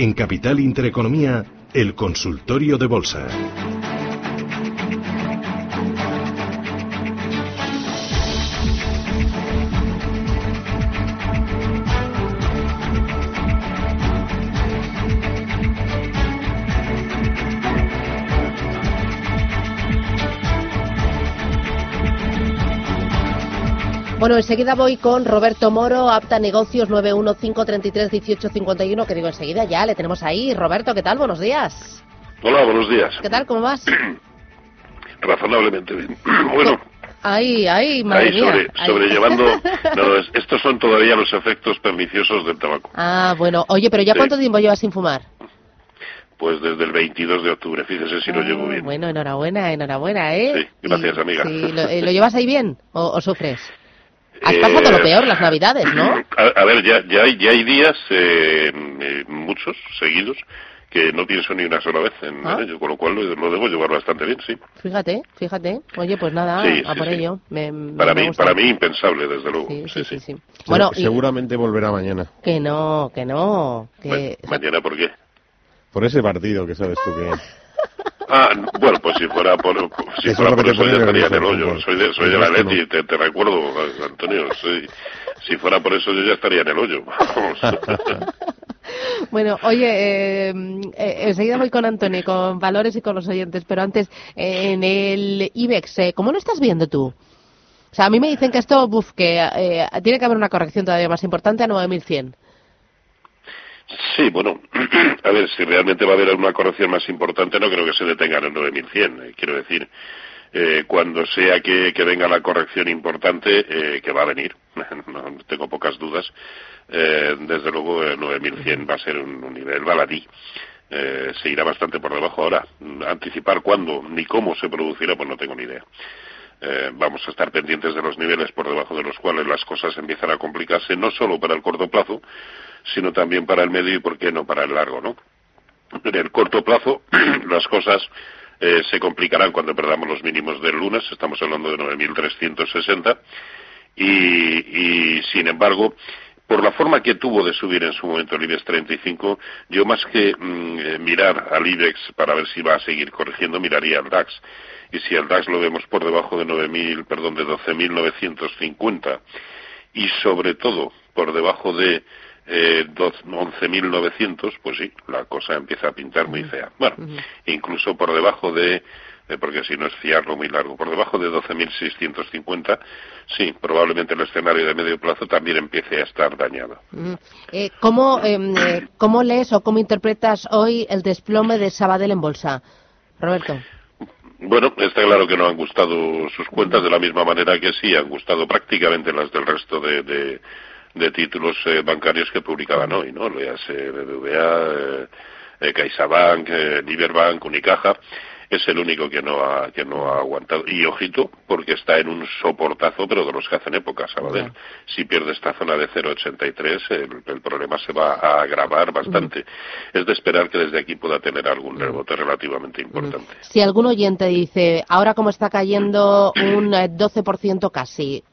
En Capital Intereconomía, el consultorio de bolsa. Bueno, enseguida voy con Roberto Moro, Apta Negocios 915331851, que digo enseguida ya, le tenemos ahí. Roberto, ¿qué tal? Buenos días. Hola, buenos días. ¿Qué tal? ¿Cómo vas? Razonablemente bien. Bueno. Madre mía. Sobrellevando... No, estos son todavía los efectos perniciosos del tabaco. Ah, bueno. Oye, pero ¿ya cuánto tiempo llevas sin fumar? Pues desde el 22 de octubre, fíjese si lo llevo bien. Bueno, enhorabuena, ¿eh? Sí, gracias, amiga. Sí, ¿lo llevas ahí bien o sufres? Has pasado lo peor, las Navidades, ¿no? A ver, ya hay días, muchos, seguidos, que no pienso ni una sola vez en ello, con lo cual lo debo llevar bastante bien, sí. Fíjate. Oye, pues nada, por ello. Para mí impensable, desde luego. Sí. Bueno, seguramente volverá mañana. Que no. ¿Mañana por qué? Por ese partido que sabes tú que... Bueno, pues si fuera por eso ya estaría en el hoyo. Soy de la Leti, te recuerdo, Antonio. Si fuera por eso yo ya estaría en el hoyo. Bueno, oye, enseguida voy con Antonio, con valores y con los oyentes, pero antes, en el IBEX, ¿cómo lo estás viendo tú? O sea, a mí me dicen que esto, que tiene que haber una corrección todavía más importante a 9.100. Sí, bueno, a ver, si realmente va a haber una corrección más importante, no creo que se detenga en el 9.100. Quiero decir, cuando sea que venga la corrección importante, que va a venir, no tengo pocas dudas, desde luego el 9.100 va a ser un nivel baladí. Se irá bastante por debajo. Ahora, anticipar cuándo ni cómo se producirá, pues no tengo ni idea. Vamos a estar pendientes de los niveles por debajo de los cuales las cosas empiezan a complicarse, no solo para el corto plazo, sino también para el medio y, por qué no, para el largo, ¿no? En el corto plazo, las cosas se complicarán cuando perdamos los mínimos del lunes, estamos hablando de 9.360, y sin embargo, por la forma que tuvo de subir en su momento el IBEX 35, yo más que mirar al IBEX para ver si va a seguir corrigiendo, miraría al DAX. Y si el DAX lo vemos por debajo de 12.950 y sobre todo por debajo de 11.900, pues sí, la cosa empieza a pintar muy fea. Bueno, incluso por debajo de, porque si no es fiarlo muy largo, por debajo de 12.650, sí, probablemente el escenario de medio plazo también empiece a estar dañado. ¿Cómo lees o cómo interpretas hoy el desplome de Sabadell en bolsa, Roberto? Bueno, está claro que no han gustado sus cuentas de la misma manera que sí han gustado prácticamente las del resto de títulos bancarios que publicaban hoy, ¿no? BBVA, CaixaBank, Liberbank, Unicaja. Es el único que no ha aguantado. Y ojito, porque está en un soportazo, pero de los que hacen época, Sabadell. Si pierde esta zona de 0,83, el problema se va a agravar bastante. Es de esperar que desde aquí pueda tener algún rebote relativamente importante. Si algún oyente dice, ahora como está cayendo un 12% casi,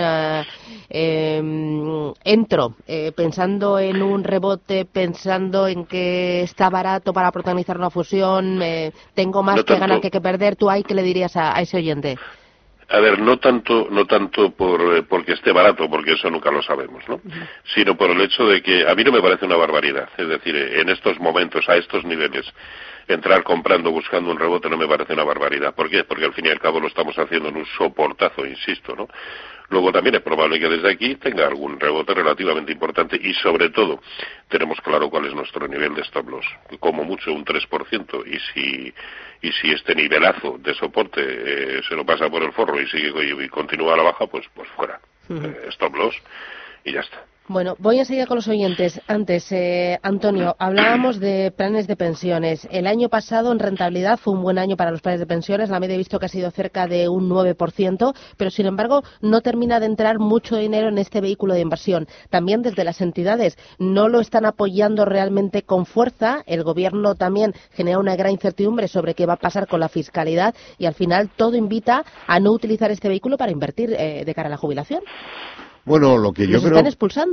entro pensando en un rebote, pensando en que está barato para protagonizar una fusión, tengo más que ganar que perder, ¿tú ahí qué le dirías a ese oyente? A ver, no tanto porque esté barato, porque eso nunca lo sabemos, ¿no? Sino por el hecho de que a mí no me parece una barbaridad. Es decir, en estos momentos, a estos niveles, entrar comprando, buscando un rebote no me parece una barbaridad. ¿Por qué? Porque al fin y al cabo lo estamos haciendo en un soportazo, insisto, ¿no? Luego también es probable que desde aquí tenga algún rebote relativamente importante y sobre todo tenemos claro cuál es nuestro nivel de stop loss, como mucho un 3%, y si este nivelazo de soporte se lo pasa por el forro y sigue y continúa a la baja, pues fuera, stop loss y ya está. Bueno, voy enseguida con los oyentes. Antes, Antonio, hablábamos de planes de pensiones. El año pasado, en rentabilidad, fue un buen año para los planes de pensiones. La media he visto que ha sido cerca de un 9%, pero sin embargo no termina de entrar mucho dinero en este vehículo de inversión. También desde las entidades no lo están apoyando realmente con fuerza. El gobierno también genera una gran incertidumbre sobre qué va a pasar con la fiscalidad y al final todo invita a no utilizar este vehículo para invertir de cara a la jubilación. Bueno, lo que yo creo... ¿Nos están expulsando?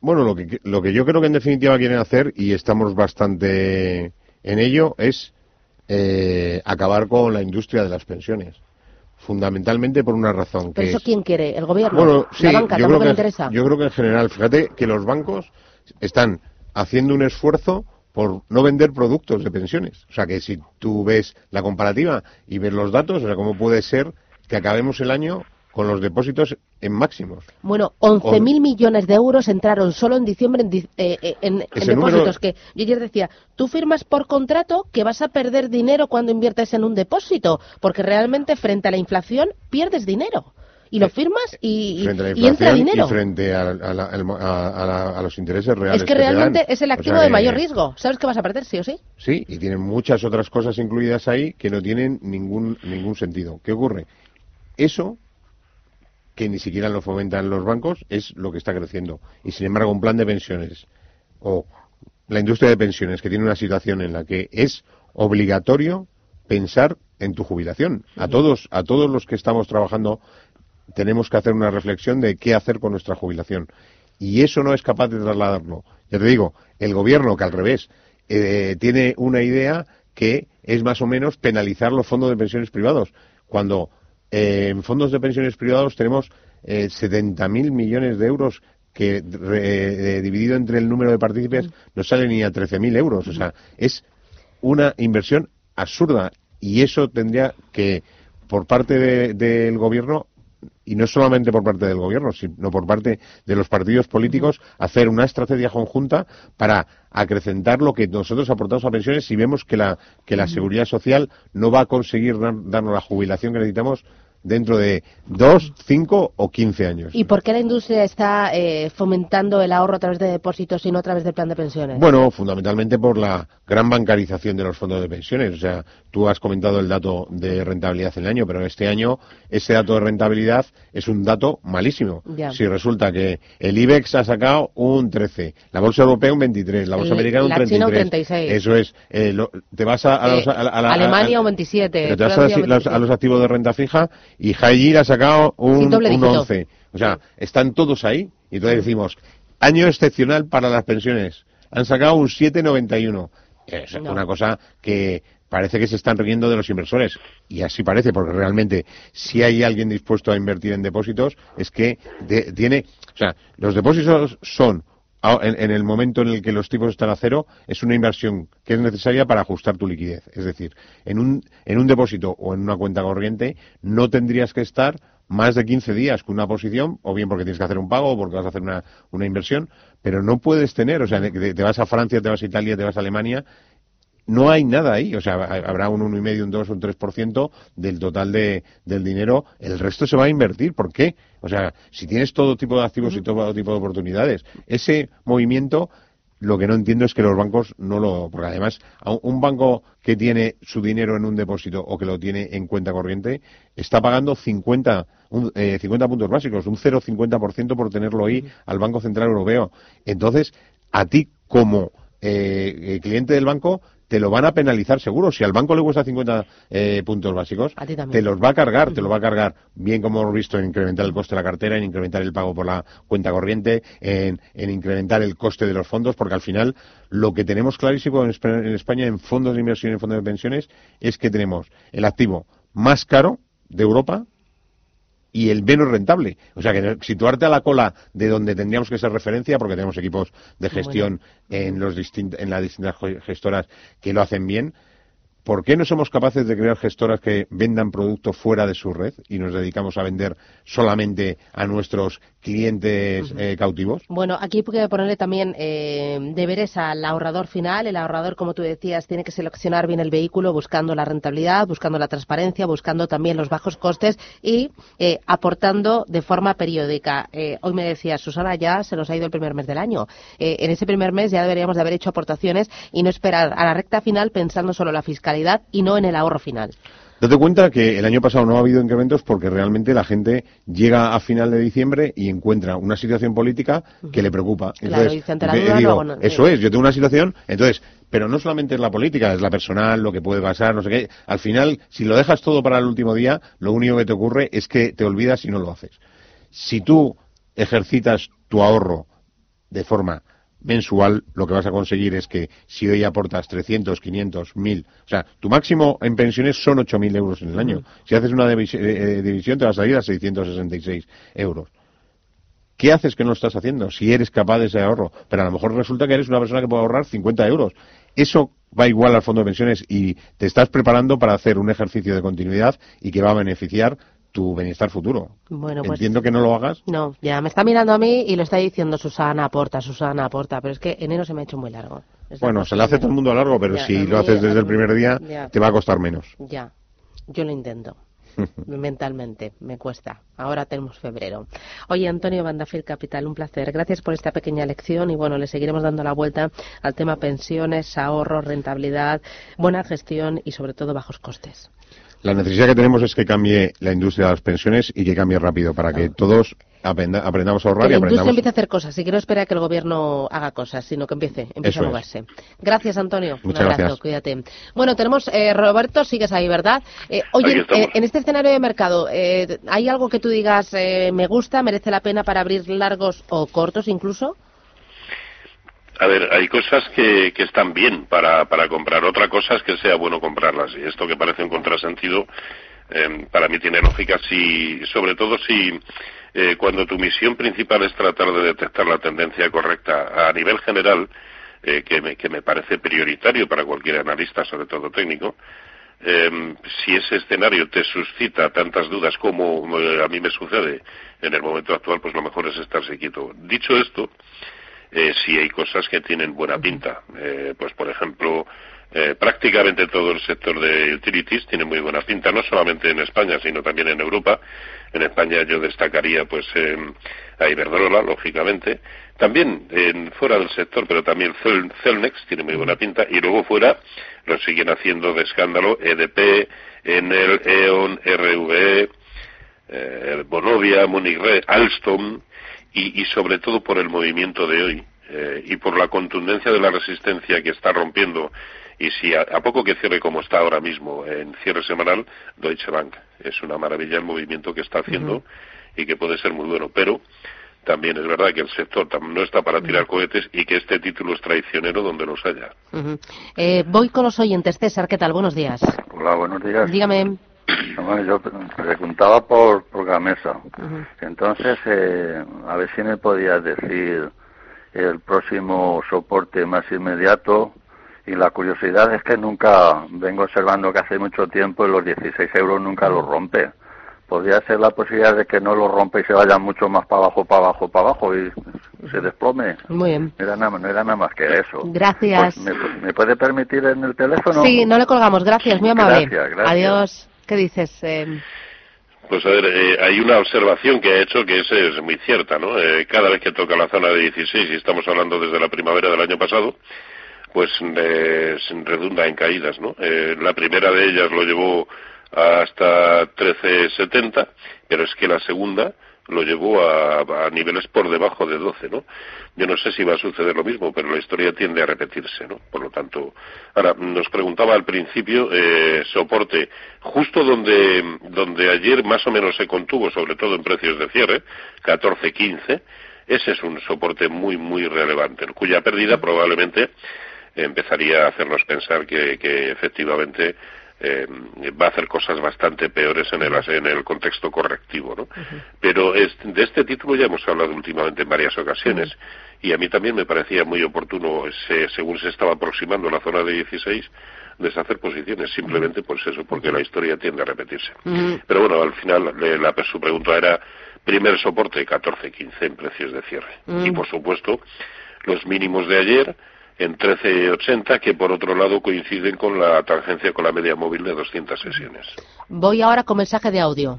Bueno, lo que yo creo que en definitiva quieren hacer, y estamos bastante en ello, es acabar con la industria de las pensiones. Fundamentalmente por una razón. ¿Pero que eso es, quién quiere? ¿El gobierno? bueno, sí, ¿La banca? ¿Tampoco le interesa? yo creo que en general, fíjate que los bancos están haciendo un esfuerzo por no vender productos de pensiones. O sea, que si tú ves la comparativa y ves los datos, o sea, ¿cómo puede ser que acabemos el año con los depósitos en máximos? Bueno, 11.000 millones de euros entraron solo en diciembre en depósitos. Número... Que yo ayer decía, tú firmas por contrato que vas a perder dinero cuando inviertes en un depósito, porque realmente frente a la inflación pierdes dinero. Y lo firmas y entra dinero. Y frente a los intereses reales. Es que realmente es el activo de mayor riesgo. ¿Sabes que vas a perder, sí o sí? Sí, y tienen muchas otras cosas incluidas ahí que no tienen ningún sentido. ¿Qué ocurre? Eso, que ni siquiera lo fomentan los bancos, es lo que está creciendo. Y sin embargo, un plan de pensiones o la industria de pensiones que tiene una situación en la que es obligatorio pensar en tu jubilación. A todos los que estamos trabajando tenemos que hacer una reflexión de qué hacer con nuestra jubilación. Y eso no es capaz de trasladarlo. Ya te digo, el gobierno, que al revés, tiene una idea que es más o menos penalizar los fondos de pensiones privados, cuando en fondos de pensiones privados tenemos 70.000 millones de euros que dividido entre el número de partícipes no sale ni a 13.000 euros. O sea, es una inversión absurda, y eso tendría que, por parte del gobierno, y no solamente por parte del gobierno, sino por parte de los partidos políticos, hacer una estrategia conjunta para acrecentar lo que nosotros aportamos a pensiones, si vemos que la seguridad social no va a conseguir darnos la jubilación que necesitamos dentro de 2, 5 o 15 años. ¿Y por qué la industria está fomentando el ahorro a través de depósitos y no a través del plan de pensiones? Bueno, fundamentalmente por la gran bancarización de los fondos de pensiones. O sea, tú has comentado el dato de rentabilidad en el año, pero este año ese dato de rentabilidad es un dato malísimo. Ya. Si resulta que el IBEX ha sacado un 13, la bolsa europea un 23, la bolsa americana un 33. China un 36. Eso es. Te vas a Alemania un 27. Pero te vas a los activos de renta fija, y High Yield ha sacado un 11. O sea, están todos ahí. Y entonces decimos, año excepcional para las pensiones. Han sacado un 7,91. Es una cosa que parece que se están riendo de los inversores. Y así parece, porque realmente, si hay alguien dispuesto a invertir en depósitos, es que tiene... O sea, los depósitos son... En el momento en el que los tipos están a cero, es una inversión que es necesaria para ajustar tu liquidez. Es decir, en un depósito o en una cuenta corriente no tendrías que estar más de 15 días con una posición, o bien porque tienes que hacer un pago o porque vas a hacer una inversión, pero no puedes tener, o sea, te vas a Francia, te vas a Italia, te vas a Alemania, no hay nada ahí. O sea, habrá un 1,5, un 2, un 3% del total del dinero, el resto se va a invertir. ¿Por qué? O sea, si tienes todo tipo de activos y todo tipo de oportunidades, ese movimiento, lo que no entiendo es que los bancos no lo... Porque además, un banco que tiene su dinero en un depósito o que lo tiene en cuenta corriente, está pagando 50 puntos básicos, un 0,50% por tenerlo ahí al Banco Central Europeo. Entonces, a ti como cliente del banco, te lo van a penalizar seguro. Si al banco le cuesta 50 puntos básicos, te los va a cargar, te lo va a cargar, bien como hemos visto, en incrementar el coste de la cartera, en incrementar el pago por la cuenta corriente, en incrementar el coste de los fondos, porque al final lo que tenemos clarísimo en España en fondos de inversión y en fondos de pensiones es que tenemos el activo más caro de Europa y el menos rentable. O sea, que situarte a la cola de donde tendríamos que ser referencia, porque tenemos equipos de gestión en las distintas gestoras que lo hacen bien. ¿Por qué no somos capaces de crear gestoras que vendan productos fuera de su red y nos dedicamos a vender solamente a nuestros clientes cautivos? Bueno, aquí hay que ponerle también deberes al ahorrador final. El ahorrador, como tú decías, tiene que seleccionar bien el vehículo buscando la rentabilidad, buscando la transparencia, buscando también los bajos costes y aportando de forma periódica. Hoy me decía Susana, ya se nos ha ido el primer mes del año. En ese primer mes ya deberíamos de haber hecho aportaciones y no esperar a la recta final pensando solo en la fiscalidad y no en el ahorro final. Date cuenta que el año pasado no ha habido incrementos porque realmente la gente llega a final de diciembre y encuentra una situación política que le preocupa. Claro, entonces, y se entera luego, eso es, yo tengo una situación, entonces, pero no solamente es la política, es la personal, lo que puede pasar, no sé qué. Al final, si lo dejas todo para el último día, lo único que te ocurre es que te olvidas y no lo haces. Si tú ejercitas tu ahorro de forma mensual, lo que vas a conseguir es que si hoy aportas 300, 500, 1000, o sea, tu máximo en pensiones son 8.000 euros en el año. Si haces una división te va a salir a 666 euros. ¿Qué haces que no estás haciendo si eres capaz de ese ahorro? Pero a lo mejor resulta que eres una persona que puede ahorrar 50 euros. Eso va igual al fondo de pensiones y te estás preparando para hacer un ejercicio de continuidad y que va a beneficiar tu bienestar futuro. Bueno, pues, entiendo que no lo hagas. No, ya me está mirando a mí y lo está diciendo Susana aporta, pero es que enero se me ha hecho muy largo. Bueno, se le hace todo el mundo a largo, pero ya, si lo haces desde el primer día, ya, te va a costar menos. Ya, yo lo intento. Mentalmente, me cuesta. Ahora tenemos febrero. Oye, Antonio Bandafil Capital, un placer. Gracias por esta pequeña lección y bueno, le seguiremos dando la vuelta al tema pensiones, ahorros, rentabilidad, buena gestión y sobre todo bajos costes. La necesidad que tenemos es que cambie la industria de las pensiones y que cambie rápido para que todos aprendamos a ahorrar y aprendamos. La industria empiece a hacer cosas y que no espere a que el gobierno haga cosas, sino que empiece a moverse. Gracias, Antonio. Muchas un abrazo, gracias. Cuídate. Bueno, tenemos, Roberto, sigues ahí, ¿verdad? Oye, en este escenario de mercado, ¿hay algo que tú digas me gusta, merece la pena para abrir largos o cortos incluso? A ver, hay cosas que están bien para comprar. Otra cosa es que sea bueno comprarlas. Y esto que parece un contrasentido, para mí tiene lógica, sobre todo si cuando tu misión principal es tratar de detectar la tendencia correcta a nivel general, que me parece prioritario para cualquier analista, sobre todo técnico, si ese escenario te suscita tantas dudas como a mí me sucede en el momento actual, pues lo mejor es estarse quieto. Dicho esto, sí hay cosas que tienen buena pinta. Pues por ejemplo, prácticamente todo el sector de utilities tiene muy buena pinta, no solamente en España, sino también en Europa. En España yo destacaría pues a Iberdrola, lógicamente. También fuera del sector, pero también Celnex tiene muy buena pinta. Y luego fuera lo siguen haciendo de escándalo EDP, Enel, E.ON, RWE, Vonovia, Munich Re, Alstom. Y sobre todo por el movimiento de hoy y por la contundencia de la resistencia que está rompiendo, y si a poco que cierre como está ahora mismo en cierre semanal, Deutsche Bank. Es una maravilla el movimiento que está haciendo y que puede ser muy bueno, pero también es verdad que el sector no está para tirar cohetes y que este título es traicionero donde los haya. Voy con los oyentes. César, ¿qué tal? Buenos días. Hola, buenos días. Dígame. Bueno, yo preguntaba por Gamesa. Entonces, a ver si me podías decir el próximo soporte más inmediato. Y la curiosidad es que nunca vengo observando que hace mucho tiempo los 16 euros nunca los rompe. ¿Podría ser la posibilidad de que no lo rompa y se vaya mucho más para abajo y se desplome? Muy bien. No era nada más que eso. Gracias. Pues, ¿me puede permitir en el teléfono? Sí, no le colgamos. Gracias, muy amable. Gracias. Adiós. ¿Qué dices? Pues a ver, hay una observación que ha hecho que es muy cierta, ¿no? Cada vez que toca la zona de 16, y estamos hablando desde la primavera del año pasado, pues redunda en caídas, ¿no? La primera de ellas lo llevó hasta 13,70, pero es que la segunda lo llevó a niveles por debajo de 12, ¿no? Yo no sé si va a suceder lo mismo, pero la historia tiende a repetirse, ¿no? Por lo tanto, ahora, nos preguntaba al principio, soporte, justo donde ayer más o menos se contuvo, sobre todo en precios de cierre, 14,15, ese es un soporte muy, muy relevante, cuya pérdida probablemente empezaría a hacernos pensar que efectivamente va a hacer cosas bastante peores en el contexto correctivo, ¿no? Pero de este título ya hemos hablado últimamente en varias ocasiones y a mí también me parecía muy oportuno, según se estaba aproximando la zona de 16, deshacer posiciones, simplemente pues eso, porque la historia tiende a repetirse. Pero bueno, al final su pregunta era primer soporte 14,15 en precios de cierre. Y por supuesto, los mínimos de ayer en 13,80, que por otro lado coinciden con la tangencia con la media móvil de 200 sesiones. Voy ahora con mensaje de audio.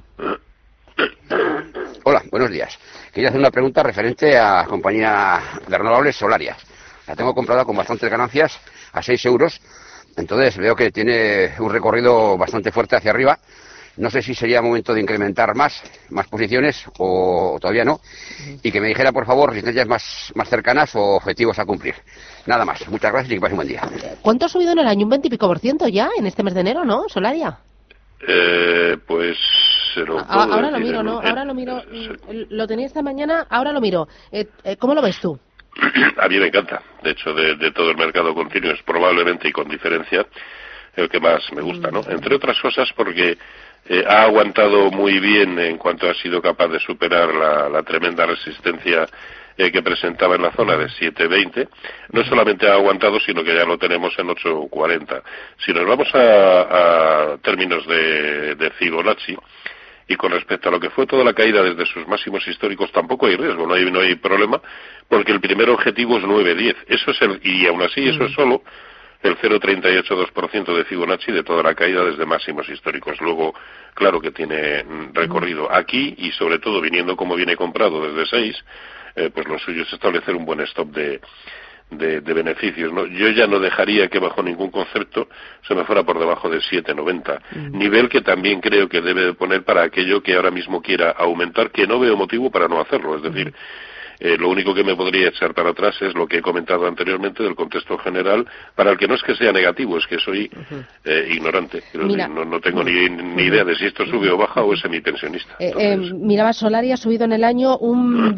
Hola, buenos días. Quería hacer una pregunta referente a compañía de renovables Solaria. La tengo comprada con bastantes ganancias, a 6 euros. Entonces veo que tiene un recorrido bastante fuerte hacia arriba. No sé si sería momento de incrementar más posiciones o todavía no. Y que me dijera, por favor, resistencias más cercanas o objetivos a cumplir. Nada más. Muchas gracias y que pase un buen día. ¿Cuánto ha subido en el año? Un 20 y pico % ya en este mes de enero, ¿no? Solaria. Pues se lo puedo ahora decir, lo miro, ¿no? Ahora lo miro. Lo tenía esta mañana, ahora lo miro. ¿Cómo lo ves tú? a mí me encanta. De hecho, de todo el mercado continuo es probablemente y con diferencia el que más me gusta, ¿no? Entre otras cosas porque ha aguantado muy bien en cuanto ha sido capaz de superar la tremenda resistencia que presentaba en la zona de 7.20. No solamente ha aguantado, sino que ya lo tenemos en 8.40. Si nos vamos a términos de Fibonacci, y con respecto a lo que fue toda la caída desde sus máximos históricos, tampoco hay riesgo, no hay problema, porque el primer objetivo es 9.10. Eso es y aún así eso es solo el 0,382% de Fibonacci de toda la caída desde máximos históricos. Luego, claro que tiene recorrido aquí, y sobre todo viniendo como viene comprado desde 6, pues lo suyo es establecer un buen stop de beneficios, ¿no? Yo ya no dejaría que bajo ningún concepto se me fuera por debajo de 7.90, nivel que también creo que debe de poner para aquello que ahora mismo quiera aumentar, que no veo motivo para no hacerlo. Es decir, lo único que me podría echar para atrás es lo que he comentado anteriormente del contexto general, para el que no es que sea negativo, es que soy ignorante. No tengo ni idea de si esto sube o baja, o es semipensionista. Miraba, Solari ha subido en el año un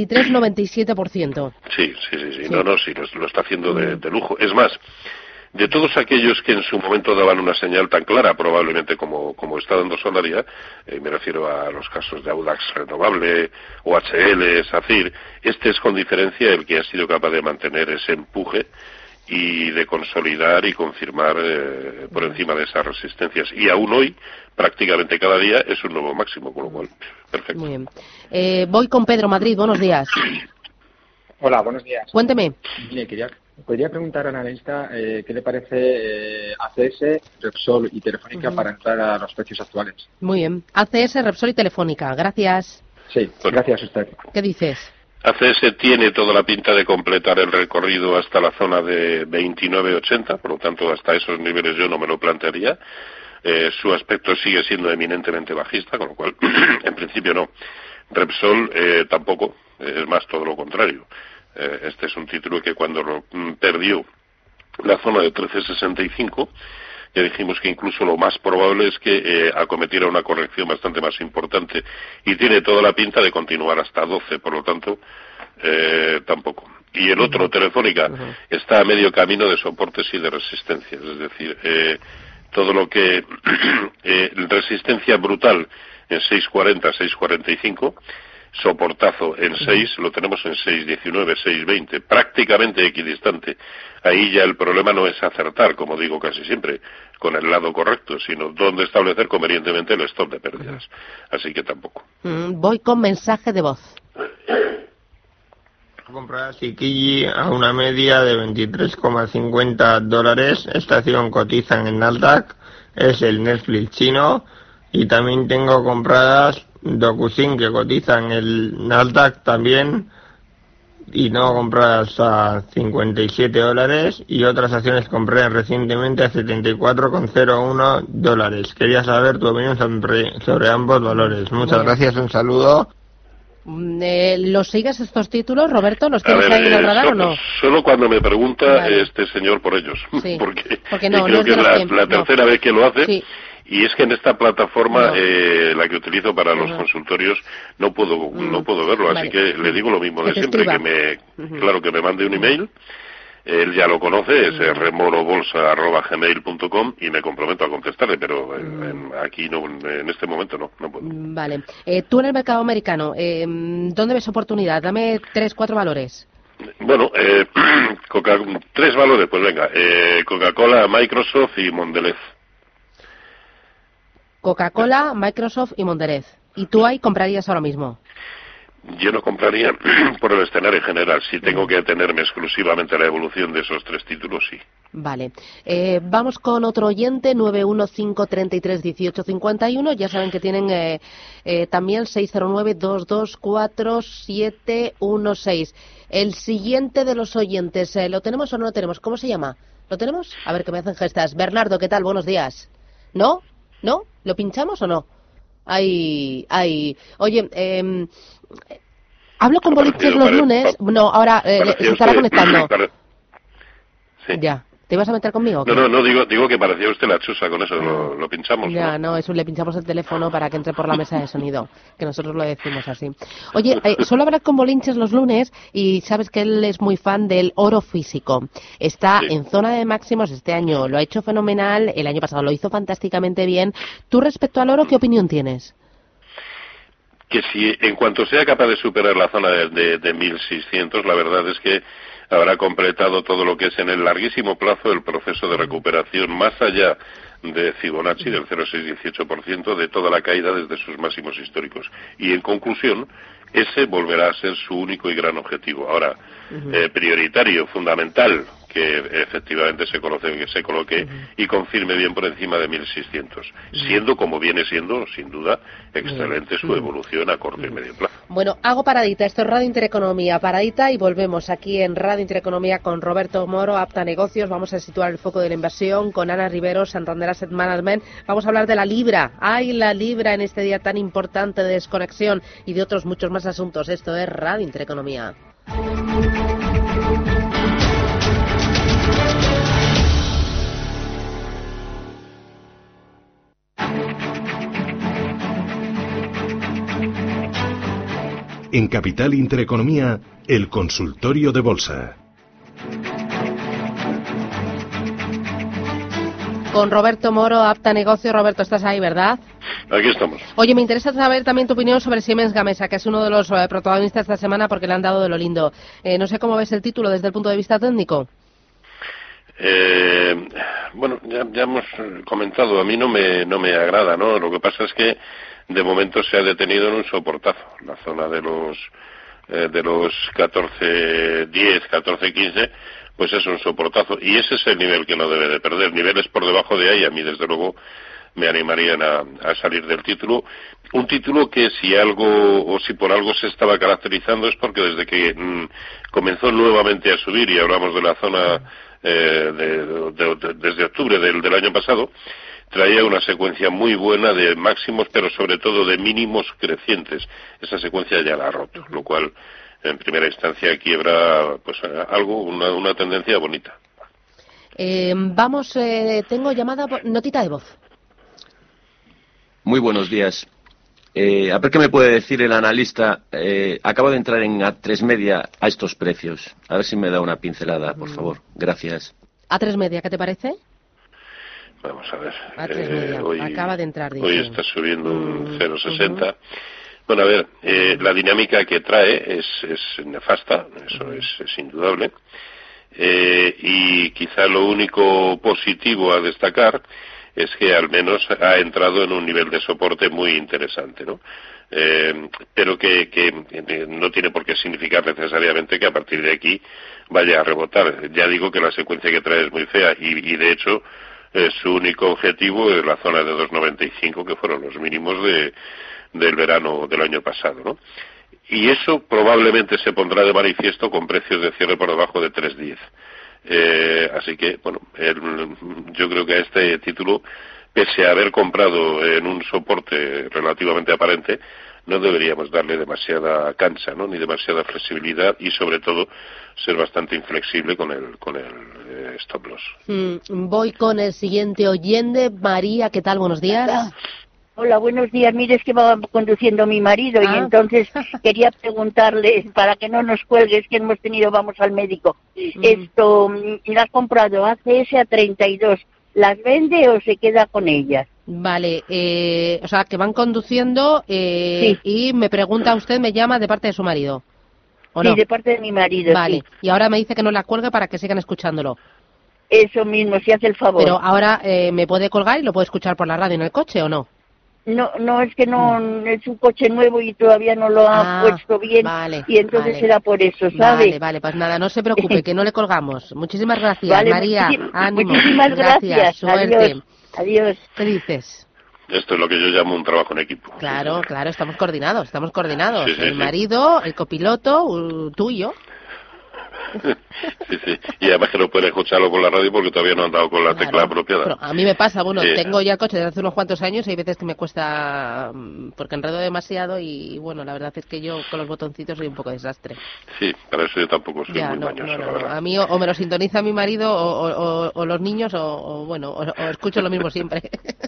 23,97%. Sí. Lo está haciendo de lujo. Es más, de todos aquellos que en su momento daban una señal tan clara, probablemente como está dando Solaria, me refiero a los casos de Audax Renovable, OHL, SACIR, este es con diferencia el que ha sido capaz de mantener ese empuje y de consolidar y confirmar por encima de esas resistencias. Y aún hoy, prácticamente cada día, es un nuevo máximo, con lo cual, perfecto. Muy bien. Voy con Pedro, Madrid, buenos días. Hola, buenos días. Cuénteme. Mire, podría preguntar al analista qué le parece ACS, Repsol y Telefónica para entrar a los precios actuales. Muy bien. ACS, Repsol y Telefónica. Gracias. Sí, gracias a usted. ¿Qué dices? ACS tiene toda la pinta de completar el recorrido hasta la zona de 29.80, por lo tanto hasta esos niveles yo no me lo plantearía. Su aspecto sigue siendo eminentemente bajista, con lo cual en principio no. Repsol tampoco, es más todo lo contrario. Este es un título que cuando perdió la zona de 13.65, ya dijimos que incluso lo más probable es que acometiera una corrección bastante más importante, y tiene toda la pinta de continuar hasta 12, por lo tanto tampoco. Y el otro, Telefónica, está a medio camino de soportes y de resistencias, es decir, todo lo que resistencia brutal en 6.40, 6.45, soportazo en 6, lo tenemos en 6.19, 6.20, prácticamente equidistante. Ahí ya el problema no es acertar, como digo casi siempre, con el lado correcto, sino dónde establecer convenientemente el stop de pérdidas. Así que tampoco. Voy con mensaje de voz. Comprar Sikiji a una media de $23,50. Esta acción cotiza en el Nasdaq, es el Netflix chino, y también tengo compradas Dokusin, que cotiza en el Nasdaq también, y no compradas a $57, y otras acciones compré recientemente a $74,01. Quería saber tu opinión sobre ambos valores. Muchas gracias, un saludo. ¿Los sigues estos títulos, Roberto? ¿Los tienes ahí en el radar o no? Solo cuando me pregunta este señor por ellos. Sí. Porque no, creo que es la tercera vez que lo hace. Sí. Y es que en esta plataforma, la que utilizo para los consultorios, no puedo verlo. Así que le digo lo mismo de siempre, que me mande un email. Él ya lo conoce, es remorobolsa@gmail.com, y me comprometo a contestarle, pero aquí no, en este momento no puedo. Vale. Tú en el mercado americano, ¿dónde ves oportunidad? Dame 3-4 valores. Bueno, 3 valores, pues venga. Coca-Cola, Microsoft y Mondelez. Coca-Cola, Microsoft y Mondelez. ¿Y tú ahí comprarías ahora mismo? Yo no compraría por el escenario general. Si tengo que atenerme exclusivamente a la evolución de esos 3 títulos, sí. Vale. Vamos con otro oyente, 915331851. Ya saben que tienen también 609224716. El siguiente de los oyentes, ¿lo tenemos o no lo tenemos? ¿Cómo se llama? ¿Lo tenemos? A ver, que me hacen gestas. Bernardo, ¿qué tal? Buenos días. ¿No? ¿No? ¿Lo pinchamos o no? Oye, hablo con Boliches los lunes. No, ahora se estará conectando. Sí. Ya. ¿Te ibas a meter conmigo? No, digo que parecía usted la chusa con eso, lo pinchamos. Ya, no, eso le pinchamos el teléfono para que entre por la mesa de sonido, que nosotros lo decimos así. Oye, suelo hablar con Bolinches los lunes y sabes que él es muy fan del oro físico. Está en zona de máximos este año, lo ha hecho fenomenal, el año pasado lo hizo fantásticamente bien. ¿Tú respecto al oro qué opinión tienes? Que si en cuanto sea capaz de superar la zona de 1600, la verdad es que habrá completado todo lo que es en el larguísimo plazo el proceso de recuperación más allá de Fibonacci del 0,618% de toda la caída desde sus máximos históricos. Y en conclusión, ese volverá a ser su único y gran objetivo. Ahora, prioritario, fundamental, que efectivamente se coloque y confirme bien por encima de 1600, siendo como viene siendo, sin duda, excelente su evolución a corto y medio plazo. Bueno, hago paradita, esto es Radio Intereconomía, paradita y volvemos aquí en Radio Intereconomía con Roberto Moro, Apta Negocios, vamos a situar el foco de la inversión con Ana Rivero, Santander Asset Management, vamos a hablar de la libra, la libra en este día tan importante de desconexión y de otros muchos más asuntos, esto es Radio Intereconomía. En Capital Intereconomía, el consultorio de bolsa. Con Roberto Moro, Apta Negocio. Roberto, estás ahí, ¿verdad? Aquí estamos. Oye, me interesa saber también tu opinión sobre Siemens Gamesa, que es uno de los protagonistas esta semana porque le han dado de lo lindo. No sé cómo ves el título desde el punto de vista técnico. Bueno, ya hemos comentado, a mí no me agrada, ¿no? Lo que pasa es que de momento se ha detenido en un soportazo, la zona de los 14.10, 14.15, pues es un soportazo y ese es el nivel que no debe de perder. Niveles por debajo de ahí a mí desde luego me animarían a salir del título. Un título que si por algo se estaba caracterizando es porque desde que comenzó nuevamente a subir, y hablamos de la zona desde octubre del año pasado, traía una secuencia muy buena de máximos, pero sobre todo de mínimos crecientes. Esa secuencia ya la ha roto, lo cual en primera instancia quiebra pues una tendencia bonita. Tengo llamada, notita de voz. Muy buenos días. A ver qué me puede decir el analista. Acabo de entrar en A3 Media a estos precios. A ver si me da una pincelada, por favor. Gracias. A3 Media, ¿qué te parece? Vamos a ver. A3 Media. Hoy acaba de entrar. Hoy está subiendo un 0,60. Bueno, a ver, la dinámica que trae es nefasta, eso es indudable. Y quizá lo único positivo a destacar es que al menos ha entrado en un nivel de soporte muy interesante, ¿no? Pero que no tiene por qué significar necesariamente que a partir de aquí vaya a rebotar. Ya digo que la secuencia que trae es muy fea y de hecho su único objetivo es la zona de 2,95, que fueron los mínimos del verano del año pasado, ¿no? Y eso probablemente se pondrá de manifiesto con precios de cierre por debajo de 3,10. Así que, bueno, yo creo que a este título, pese a haber comprado en un soporte relativamente aparente, no deberíamos darle demasiada cancha, ¿no? Ni demasiada flexibilidad y, sobre todo, ser bastante inflexible con el stop loss. Voy con el siguiente oyente. María, ¿qué tal? Buenos días. Hola, buenos días. Mire, es que va conduciendo mi marido y entonces quería preguntarle, para que no nos cuelgues, que vamos al médico. ¿La has comprado ACS a 32? ¿Las vende o se queda con ellas? Vale, o sea, que van conduciendo sí. Y me pregunta usted, me llama de parte de su marido, ¿o no? Sí, de parte de mi marido. Vale, sí. Y ahora me dice que no la cuelgue para que sigan escuchándolo. Eso mismo, si hace el favor. Pero ahora me puede colgar y lo puede escuchar por la radio en el coche, ¿o no? No, es que no, es un coche nuevo y todavía no lo ha puesto bien, vale, y entonces era por eso, ¿sabe? Vale, pues nada, no se preocupe, que no le colgamos. Muchísimas gracias, María, ánimo. Muchísimas gracias. Suerte. Adiós. ¿Qué dices? Esto es lo que yo llamo un trabajo en equipo. Claro, estamos coordinados. Sí, el marido, el copiloto, tú y yo. Sí. Y además que no pueden escucharlo con la radio porque todavía no han dado con la tecla apropiada. Pero a mí me pasa, tengo ya el coche desde hace unos cuantos años y hay veces que me cuesta, porque enredo demasiado y bueno, la verdad es que yo con los botoncitos soy un poco desastre. Sí, para eso yo tampoco soy muy mañoso, la verdad. A mí o me lo sintoniza mi marido o los niños o escucho lo mismo siempre.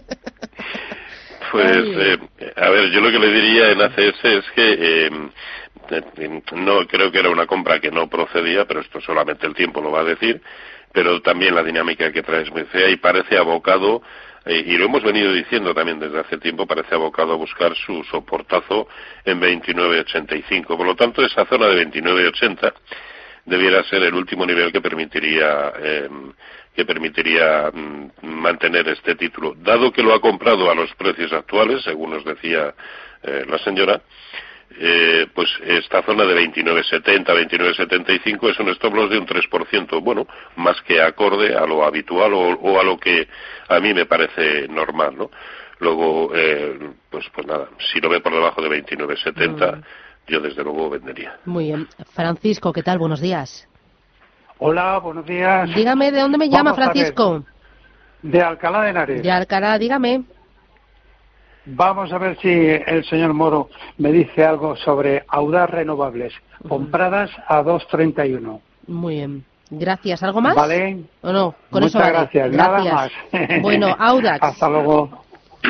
Pues, a ver, yo lo que le diría en ACS es que no creo que era una compra que no procedía, pero esto solamente el tiempo lo va a decir, pero también la dinámica que trae es muy fea y parece abocado, y lo hemos venido diciendo también desde hace tiempo, parece abocado a buscar su soportazo en 29.85. Por lo tanto, esa zona de 29.80 debiera ser el último nivel que permitiría mantener este título. Dado que lo ha comprado a los precios actuales, según nos decía la señora, pues esta zona de 29.70, 29.75 es un stop loss de un 3%, bueno, más que acorde a lo habitual o a lo que a mí me parece normal, ¿no? Luego, pues nada, si lo ve por debajo de 29.70, yo desde luego vendería. Muy bien. Francisco, ¿qué tal? Buenos días. Hola, buenos días. Dígame, ¿de dónde me llama, Francisco? De Alcalá de Henares. De Alcalá, dígame. Vamos a ver si el señor Moro me dice algo sobre Audaz Renovables, compradas a 2,31. Muy bien. Gracias. ¿Algo más? ¿Vale? ¿O no? Con Muchas eso vale. Gracias. Nada más. Bueno, Audax. Hasta luego.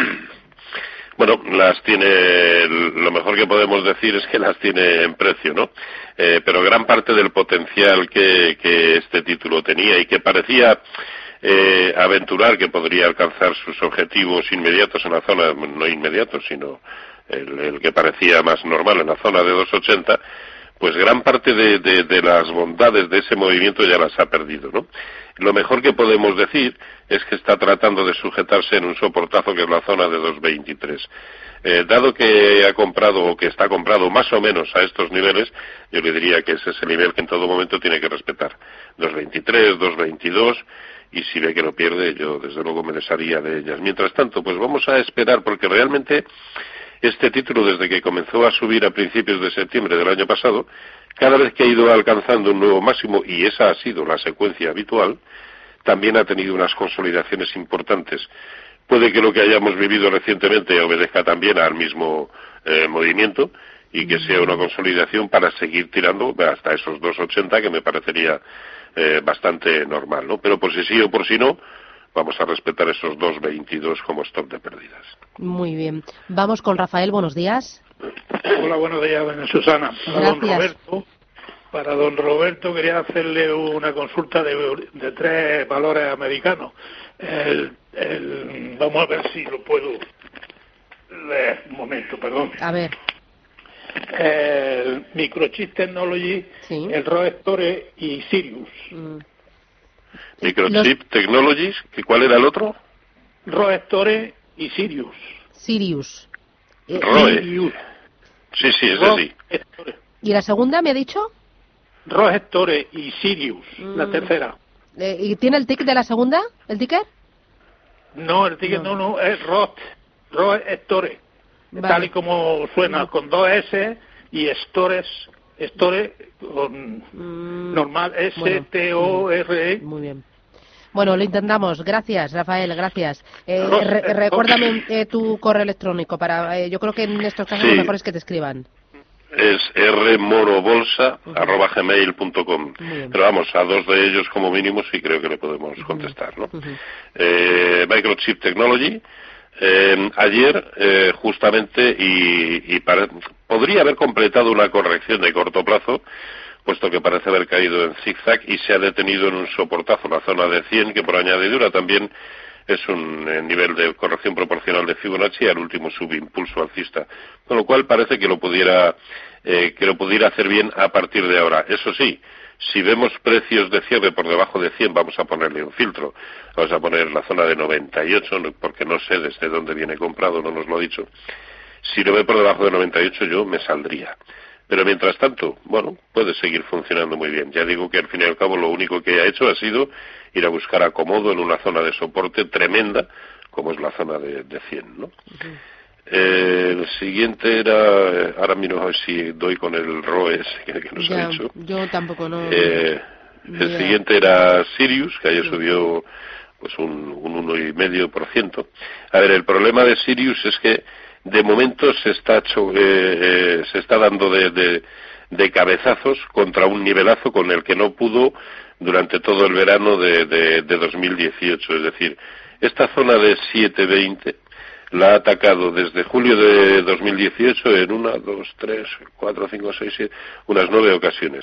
Bueno, las tiene, lo mejor que podemos decir es que las tiene en precio, ¿no? Pero gran parte del potencial que este título tenía y que parecía aventurar que podría alcanzar sus objetivos inmediatos en la zona, no inmediatos, sino el que parecía más normal en la zona de 2,80, pues gran parte de las bondades de ese movimiento ya las ha perdido, ¿no? Lo mejor que podemos decir es que está tratando de sujetarse en un soportazo que es la zona de 2,23. Dado que ha comprado o que está comprado más o menos a estos niveles, yo le diría que ese es el nivel que en todo momento tiene que respetar. 2,23, 2,22, y si ve que lo pierde, yo desde luego me desharía de ellas. Mientras tanto, pues vamos a esperar, porque realmente este título, desde que comenzó a subir a principios de septiembre del año pasado, cada vez que ha ido alcanzando un nuevo máximo, y esa ha sido la secuencia habitual, también ha tenido unas consolidaciones importantes. Puede que lo que hayamos vivido recientemente obedezca también al mismo movimiento y que sea una consolidación para seguir tirando hasta esos 2,80, que me parecería bastante normal, ¿no? Pero por si sí o por si no, vamos a respetar esos 2,22 como stop de pérdidas. Muy bien. Vamos con Rafael, buenos días. Hola, buenos días, doña Susana. Para don Roberto quería hacerle una consulta de 3 valores americanos. Vamos a ver si lo puedo leer. Un momento, perdón. A ver. El Microchip Technology, sí. El Roe Store y Sirius. Microchip Technologies, ¿cuál era el otro? Roe Store y Sirius. Sirius. Roe. Sí, es así. ¿Y la segunda me ha dicho? Roe Store y Sirius, la tercera. ¿Y tiene el ticket de la segunda? ¿El ticket? No, el ticket no, es Roe Store. Vale. Tal y como suena, con 2 S y Store con normal, S-T-O-R-E. Muy bien. Bueno, lo intentamos. Gracias, Rafael, gracias. Recuérdame tu correo electrónico. Yo creo que en estos casos lo mejor es que te escriban. Es rmorobolsa@gmail.com. Pero vamos, a 2 de ellos como mínimo sí creo que le podemos contestar, ¿no? Microchip Technology. Ayer, justamente, podría haber completado una corrección de corto plazo, puesto que parece haber caído en zigzag y se ha detenido en un soportazo, la zona de 100, que por añadidura también es un nivel de corrección proporcional de Fibonacci al último subimpulso alcista, con lo cual parece que lo pudiera hacer bien a partir de ahora. Eso sí, si vemos precios de cierre por debajo de 100, vamos a ponerle un filtro. Vamos a poner la zona de 98, porque no sé desde dónde viene comprado, no nos lo ha dicho. Si lo ve por debajo de 98, yo me saldría. Pero mientras tanto, bueno, puede seguir funcionando muy bien. Ya digo que al fin y al cabo lo único que ha hecho ha sido ir a buscar acomodo en una zona de soporte tremenda, como es la zona de 100, ¿no? El siguiente era, ahora miro a ver si doy con el ROE que nos ha dicho. Yo tampoco no. El siguiente era Sirius, que ayer subió pues un 1,5%. A ver, el problema de Sirius es que de momento se está dando de cabezazos contra un nivelazo con el que no pudo durante todo el verano de 2018. Es decir, esta zona de 7,20 la ha atacado desde julio de 2018 en 1, 2, 3, 4, 5, 6, 7, unas 9 ocasiones.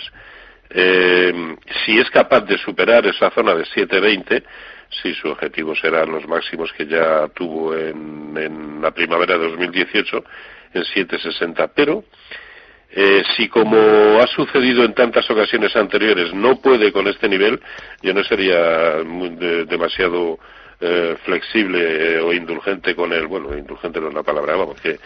Si es capaz de superar esa zona de 7,20, sí, su objetivo serán los máximos que ya tuvo en la primavera de 2018, en 7,60. Pero si, como ha sucedido en tantas ocasiones anteriores, no puede con este nivel, yo no sería demasiado flexible o indulgente con él. Bueno, indulgente no es la palabra, vamos, que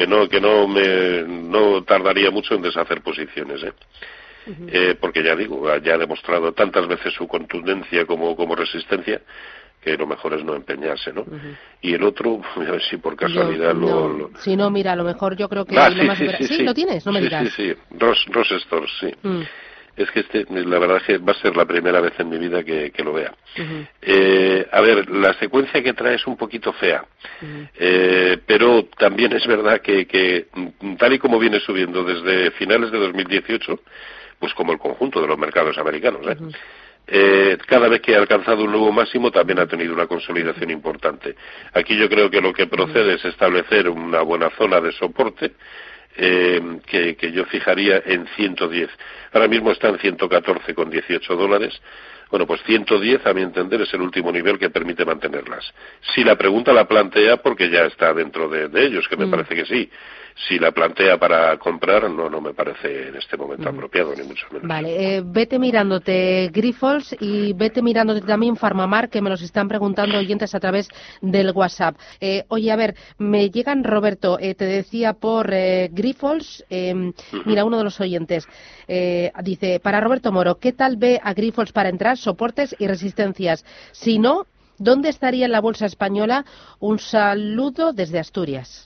no tardaría mucho en deshacer posiciones, porque ya digo, ya ha demostrado tantas veces su contundencia como resistencia, que lo mejor es no empeñarse, ¿no? Y el otro, a ver si por casualidad Si no, mira, a lo mejor yo creo que... Sí, ¿lo tienes? No me digas. Sí. Ross Stores, sí. Es que la verdad es que va a ser la primera vez en mi vida que lo vea. A ver, la secuencia que trae es un poquito fea, pero también es verdad que tal y como viene subiendo desde finales de 2018, pues como el conjunto de los mercados americanos, cada vez que ha alcanzado un nuevo máximo también ha tenido una consolidación importante. Aquí yo creo que lo que procede es establecer una buena zona de soporte, que yo fijaría en 110. Ahora mismo está en 114,18 dólares. Bueno, pues 110, a mi entender, es el último nivel que permite mantenerlas. Si la pregunta la plantea, porque ya está dentro de ellos, que me parece que sí. Si la plantea para comprar, no me parece en este momento apropiado, ni mucho menos. Vale, vete mirándote Grifols y vete mirándote también Farmamar, que me los están preguntando oyentes a través del WhatsApp. Oye, a ver, me llegan, Roberto, te decía por Grifols, mira, uno de los oyentes dice, para Roberto Moro, ¿qué tal ve a Grifols para entrar, soportes y resistencias? Si no, ¿dónde estaría en la bolsa española? Un saludo desde Asturias.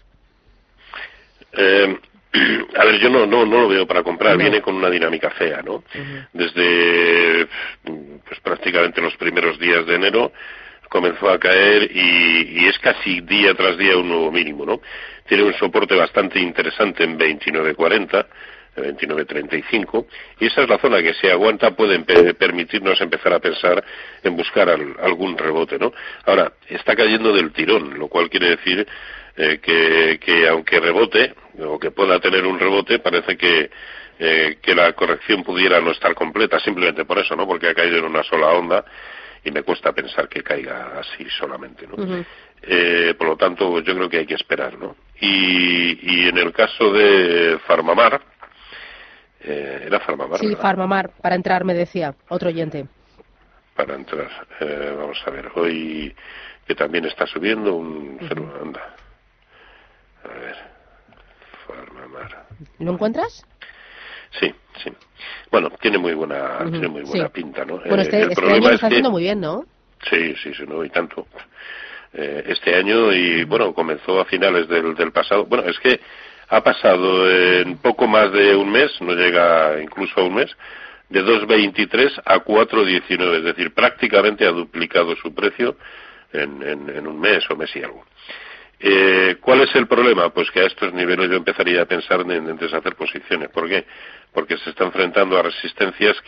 A ver, yo no lo veo para comprar. Viene con una dinámica fea, ¿no? Desde pues prácticamente los primeros días de enero comenzó a caer y es casi día tras día un nuevo mínimo, ¿no? Tiene un soporte bastante interesante en 29,40, 29,35, y esa es la zona que, si aguanta, puede permitirnos empezar a pensar en buscar algún rebote, ¿no? Ahora, está cayendo del tirón, lo cual quiere decir que aunque rebote, o que pueda tener un rebote, parece que la corrección pudiera no estar completa, simplemente por eso, ¿no? Porque ha caído en una sola onda y me cuesta pensar que caiga así solamente, ¿no? Por lo tanto, yo creo que hay que esperar, ¿no? Y en el caso de Farmamar, era Farmamar, sí, ¿verdad? Farmamar, para entrar, me decía otro oyente. Para entrar, vamos a ver, hoy que también está subiendo anda. A ver, Farmamar. ¿Lo encuentras? Sí. Bueno, tiene muy buena pinta, ¿no? Bueno, este año lo está haciendo muy bien, ¿no? Sí, no, y tanto. Este año, y bueno, comenzó a finales del pasado. Bueno, es que ha pasado en poco más de un mes, no llega incluso a un mes, de 2,23 a 4,19, es decir, prácticamente ha duplicado su precio en un mes o mes y algo. ¿Cuál es el problema? Pues que a estos niveles yo empezaría a pensar en deshacer posiciones. ¿Por qué? Porque se está enfrentando a resistencias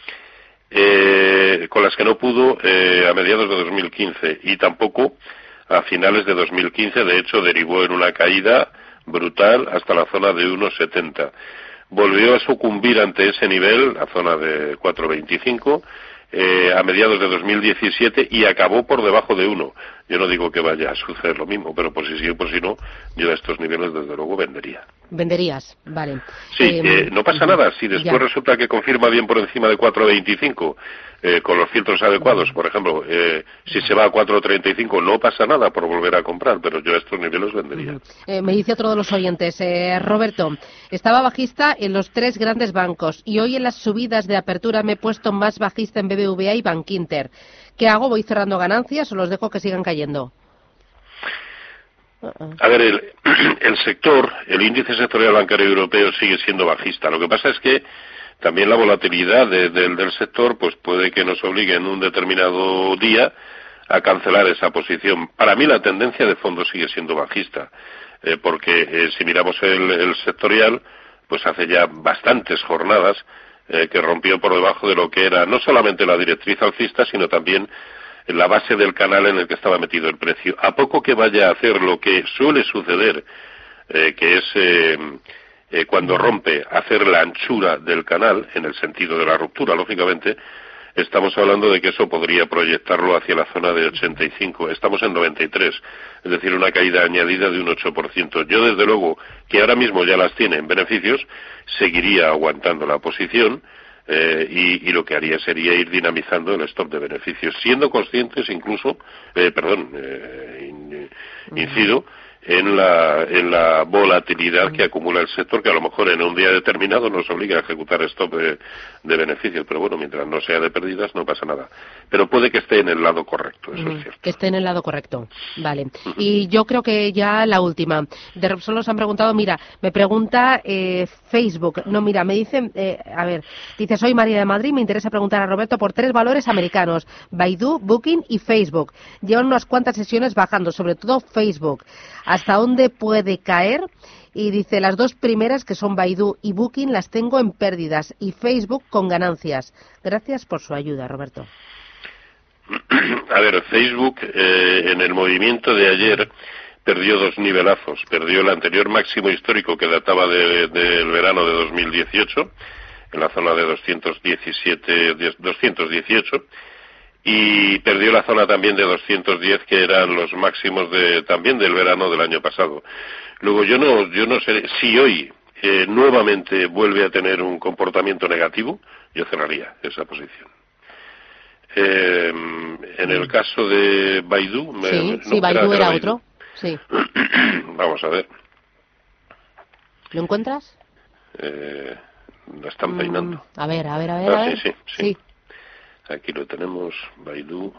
con las que no pudo a mediados de 2015 y tampoco a finales de 2015. De hecho, derivó en una caída brutal hasta la zona de 1,70. Volvió a sucumbir ante ese nivel, la zona de 4,25, a mediados de 2017 y acabó por debajo de 1. Yo no digo que vaya a suceder lo mismo, pero por si sí o por si no, yo a estos niveles desde luego vendería. Venderías, vale. Sí, no pasa nada. Si después resulta que confirma bien por encima de 4,25 con los filtros adecuados, por ejemplo, si se va a 4,35 no pasa nada por volver a comprar, pero yo a estos niveles vendería. Me dice otro de los oyentes, Roberto, estaba bajista en los 3 grandes bancos y hoy en las subidas de apertura me he puesto más bajista en BBVA y Bankinter. ¿Qué hago? ¿Voy cerrando ganancias o los dejo que sigan cayendo? A ver, el sector, el índice sectorial bancario europeo sigue siendo bajista. Lo que pasa es que también la volatilidad del sector pues puede que nos obligue en un determinado día a cancelar esa posición. Para mí la tendencia de fondo sigue siendo bajista, porque si miramos el sectorial, pues hace ya bastantes jornadas que rompió por debajo de lo que era no solamente la directriz alcista, sino también la base del canal en el que estaba metido el precio. A poco que vaya a hacer lo que suele suceder, que es cuando rompe, hacer la anchura del canal, en el sentido de la ruptura, lógicamente, estamos hablando de que eso podría proyectarlo hacia la zona de 85. Estamos en 93, es decir, una caída añadida de un 8%. Yo, desde luego, que ahora mismo ya las tiene en beneficios, seguiría aguantando la posición y lo que haría sería ir dinamizando el stop de beneficios, siendo conscientes incluso, incido en la volatilidad que acumula el sector, que a lo mejor en un día determinado nos obliga a ejecutar stop de beneficios, pero bueno, mientras no sea de pérdidas no pasa nada. Pero puede que esté en el lado correcto, eso es cierto. Que esté en el lado correcto, vale. Y yo creo que ya la última. De Repsol nos han preguntado, mira, me pregunta Facebook, no, mira, me dice, dice, soy María de Madrid, me interesa preguntar a Roberto por 3 valores americanos, Baidu, Booking y Facebook. Llevan unas cuantas sesiones bajando, sobre todo Facebook. ¿Hasta dónde puede caer? Y dice, las 2 primeras, que son Baidu y Booking, las tengo en pérdidas y Facebook con ganancias. Gracias por su ayuda, Roberto. A ver, Facebook en el movimiento de ayer perdió 2 nivelazos. Perdió el anterior máximo histórico que databa del verano de 2018, en la zona de 218, y perdió la zona también de 210, que eran los máximos también del verano del año pasado. Luego yo no sé si hoy nuevamente vuelve a tener un comportamiento negativo, yo cerraría esa posición. En el caso de Baidu, Baidu era otro. Sí. Vamos a ver. ¿Lo encuentras? La están peinando. A ver. Sí. Aquí lo tenemos, Baidu.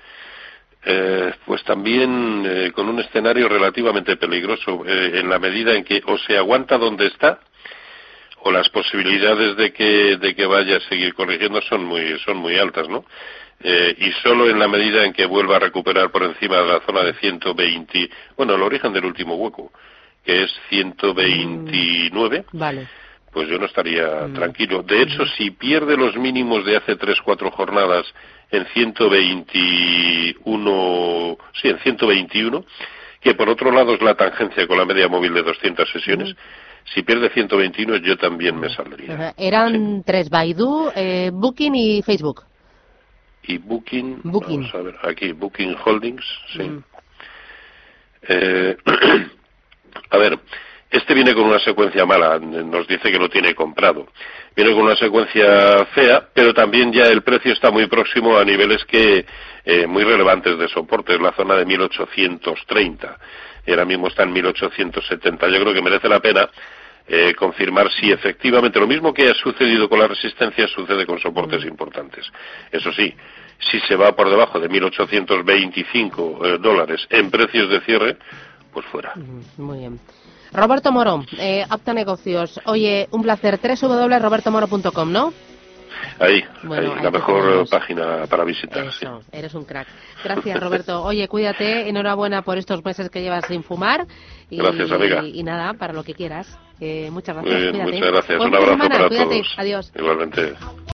Pues también con un escenario relativamente peligroso, en la medida en que o se aguanta donde está, o las posibilidades de que vaya a seguir corrigiendo son muy altas, ¿no? Y solo en la medida en que vuelva a recuperar por encima de la zona de 120, bueno, el origen del último hueco, que es 129, vale. Pues yo no estaría tranquilo. De hecho, si pierde los mínimos de hace 3-4 jornadas en 121, que por otro lado es la tangencia con la media móvil de 200 sesiones, si pierde 121 yo también me saldría. Eran 3, Baidu, Booking y Facebook. Y Booking, vamos a ver, aquí, Booking Holdings, sí. A ver, este viene con una secuencia mala, nos dice que lo tiene comprado. Viene con una secuencia fea, pero también ya el precio está muy próximo a niveles muy relevantes de soporte, es la zona de 1830. Y ahora mismo está en 1870. Yo creo que merece la pena confirmar si efectivamente lo mismo que ha sucedido con la resistencia sucede con soportes importantes. Eso sí, si se va por debajo de $1.825 en precios de cierre, pues fuera. Muy bien. Roberto Moro, Apta Negocios. Oye, un placer. www.robertomoro.com, ¿no? Ahí, la mejor página para visitar. Eso, sí. Eres un crack. Gracias, Roberto. Oye, cuídate, enhorabuena por estos meses que llevas sin fumar. Gracias, amiga. Y nada, para lo que quieras. Muchas gracias. Muy bien, cuídate. muchas gracias. Buen un abrazo semana, para cuídate. todos. Adiós. Igualmente.